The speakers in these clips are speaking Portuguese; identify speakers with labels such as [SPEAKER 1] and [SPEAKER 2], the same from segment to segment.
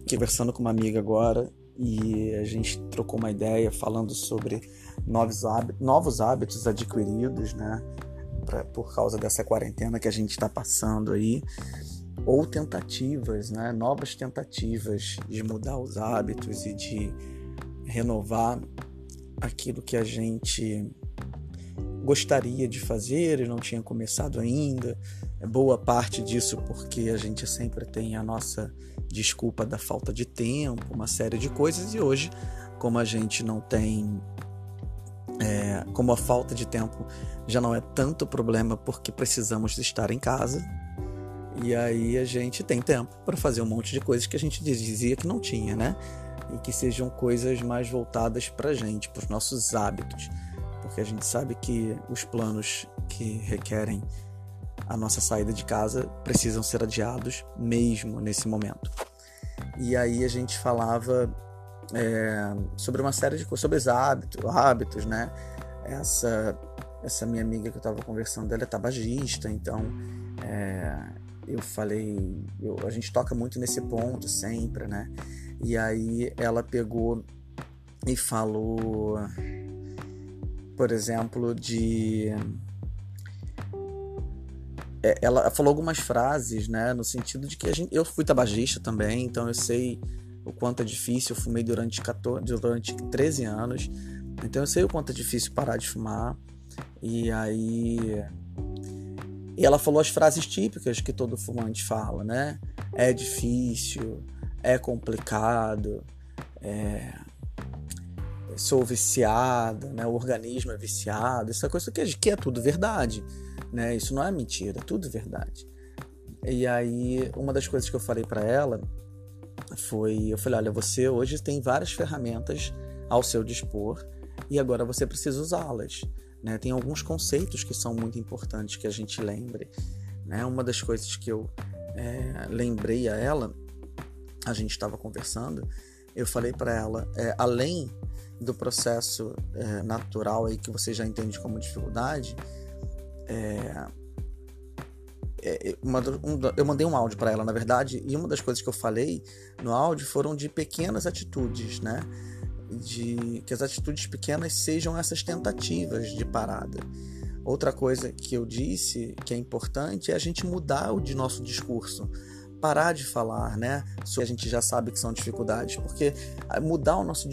[SPEAKER 1] conversando com uma amiga agora e a gente trocou uma ideia falando sobre novos hábitos adquiridos, né? Por causa dessa quarentena que a gente está passando aí, ou tentativas, né? Novas tentativas de mudar os hábitos e de renovar aquilo que a gente gostaria de fazer e não tinha começado ainda. Boa parte disso porque a gente sempre tem a nossa desculpa da falta de tempo, uma série de coisas, e hoje, como a gente não tem, como a falta de tempo já não é tanto problema porque precisamos estar em casa, e aí a gente tem tempo para fazer um monte de coisas que a gente dizia que não tinha, né? E que sejam coisas mais voltadas para a gente, para os nossos hábitos, porque a gente sabe que os planos que requerem a nossa saída de casa precisam ser adiados mesmo nesse momento. E aí a gente falava sobre uma série de coisas, sobre os hábitos, né? Essa minha amiga que eu estava conversando, ela é tabagista, então eu falei, a gente toca muito nesse ponto sempre, né? E aí ela pegou e falou, por exemplo, ela falou algumas frases, né, no sentido de que eu fui tabagista também, então eu sei o quanto é difícil. Eu fumei durante 13 anos, então eu sei o quanto é difícil parar de fumar. E ela falou as frases típicas que todo fumante fala, né? É difícil, é complicado, sou viciada, né? O organismo é viciado, essa coisa que é tudo verdade, né? Isso não é mentira, é tudo verdade. E aí, uma das coisas que eu falei para ela eu falei, olha, você hoje tem várias ferramentas ao seu dispor e agora você precisa usá-las, né? Tem alguns conceitos que são muito importantes que a gente lembre, né? Uma das coisas que eu lembrei a ela, a gente estava conversando, eu falei para ela, além do processo natural aí que você já entende como dificuldade, eu mandei um áudio para ela, na verdade, e uma das coisas que eu falei no áudio foram de pequenas atitudes, né? De que as atitudes pequenas sejam essas tentativas de parada. Outra coisa que eu disse que é importante é a gente mudar o nosso discurso, parar de falar, né? Sobre a gente já sabe que são dificuldades, porque mudar o nosso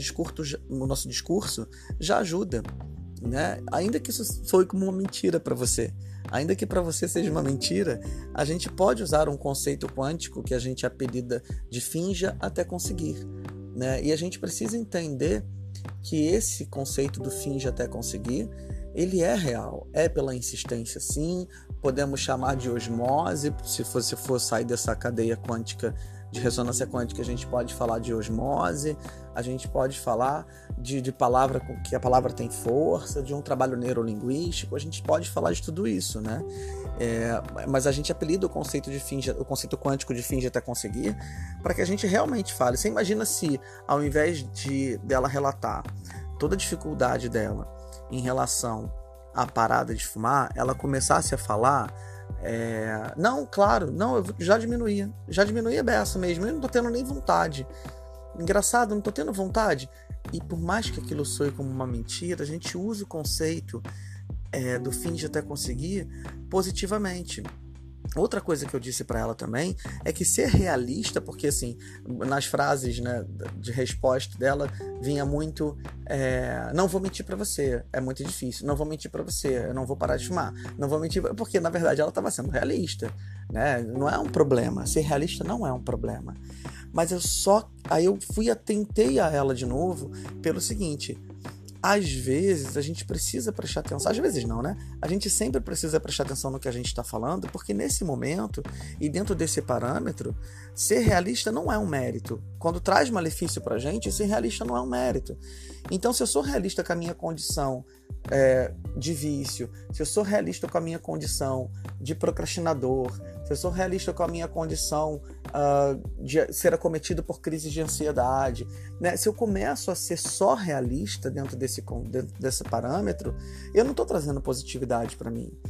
[SPEAKER 1] discurso já ajuda, né? Ainda que isso foi como uma mentira para você, ainda que para você seja uma mentira, a gente pode usar um conceito quântico que a gente apelida de finja até conseguir, né? E a gente precisa entender que esse conceito do finja até conseguir, ele é real, é pela insistência, sim. Podemos chamar de osmose, se você for sair dessa cadeia quântica de ressonância quântica, a gente pode falar de osmose, a gente pode falar de palavra, que a palavra tem força, de um trabalho neurolinguístico, a gente pode falar de tudo isso, né? Mas a gente apelida o conceito quântico de finge até conseguir, para que a gente realmente fale. Você imagina se, ao invés dela relatar toda a dificuldade dela em relação à parada de fumar, ela começasse a falar, não, claro, não, eu já diminuía a beça mesmo, eu não tô tendo nem vontade. Engraçado, não tô tendo vontade. E por mais que aquilo soe como uma mentira, a gente usa o conceito do finge até conseguir positivamente. Outra coisa que eu disse para ela também é que ser realista, porque assim, nas frases, né, de resposta dela vinha muito não vou mentir para você, é muito difícil, não vou mentir para você, eu não vou parar de fumar, não vou mentir, porque na verdade ela estava sendo realista, né? Não é um problema, ser realista não é um problema. Mas aí eu atentei a ela de novo pelo seguinte: às vezes a gente precisa prestar atenção, às vezes não, né? A gente sempre precisa prestar atenção no que a gente está falando, porque nesse momento e dentro desse parâmetro, ser realista não é um mérito. Quando traz malefício pra gente, ser realista não é um mérito. Então, se eu sou realista com a minha condição de vício, se eu sou realista com a minha condição de procrastinador, se eu sou realista com a minha condição de ser acometido por crises de ansiedade, né? Se eu começo a ser só realista dentro desse parâmetro, eu não estou trazendo positividade para mim.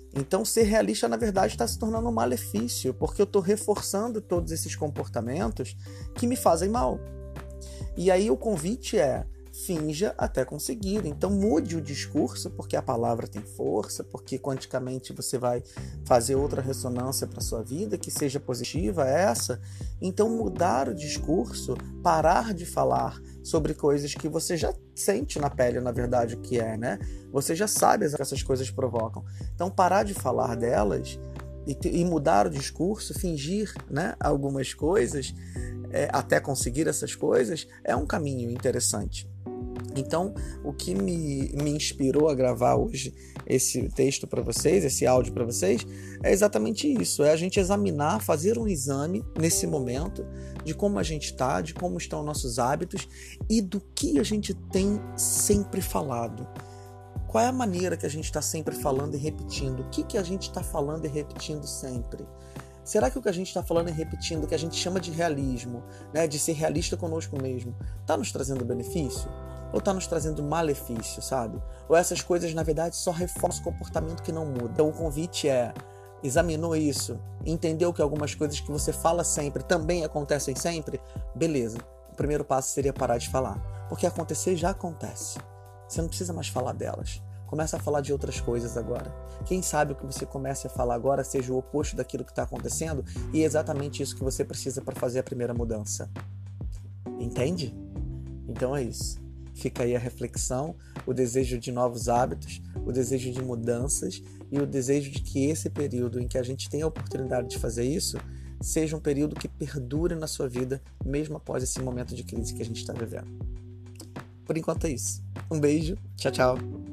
[SPEAKER 1] Então, ser realista, na verdade, está se tornando um malefício, porque eu estou reforçando todos esses comportamentos que me fazem mal. E aí o convite é: finja até conseguir. Então mude o discurso, porque a palavra tem força, porque quanticamente você vai fazer outra ressonância para a sua vida, que seja positiva essa. Então mudar o discurso, parar de falar sobre coisas que você já sente na pele, na verdade, o que é, né? Você já sabe o que essas coisas provocam. Então parar de falar delas e mudar o discurso, fingir, né, algumas coisas, até conseguir essas coisas, é um caminho interessante. Então, o que me inspirou a gravar hoje esse texto para vocês, esse áudio para vocês, é exatamente isso, é a gente examinar, fazer um exame nesse momento de como a gente está, de como estão nossos hábitos e do que a gente tem sempre falado. Qual é a maneira que a gente está sempre falando e repetindo? O que a gente está falando e repetindo sempre? Será que o que a gente está falando e repetindo, que a gente chama de realismo, né, de ser realista conosco mesmo, está nos trazendo benefício? Ou está nos trazendo malefício, sabe? Ou essas coisas, na verdade, só reforçam o comportamento que não muda? Então o convite é: examinou isso? Entendeu que algumas coisas que você fala sempre também acontecem sempre? Beleza. O primeiro passo seria parar de falar. Porque acontecer já acontece. Você não precisa mais falar delas. Começa a falar de outras coisas agora. Quem sabe o que você comece a falar agora seja o oposto daquilo que está acontecendo e é exatamente isso que você precisa para fazer a primeira mudança. Entende? Então é isso. Fica aí a reflexão, o desejo de novos hábitos, o desejo de mudanças e o desejo de que esse período em que a gente tem a oportunidade de fazer isso seja um período que perdure na sua vida, mesmo após esse momento de crise que a gente está vivendo. Por enquanto é isso. Um beijo, tchau, tchau.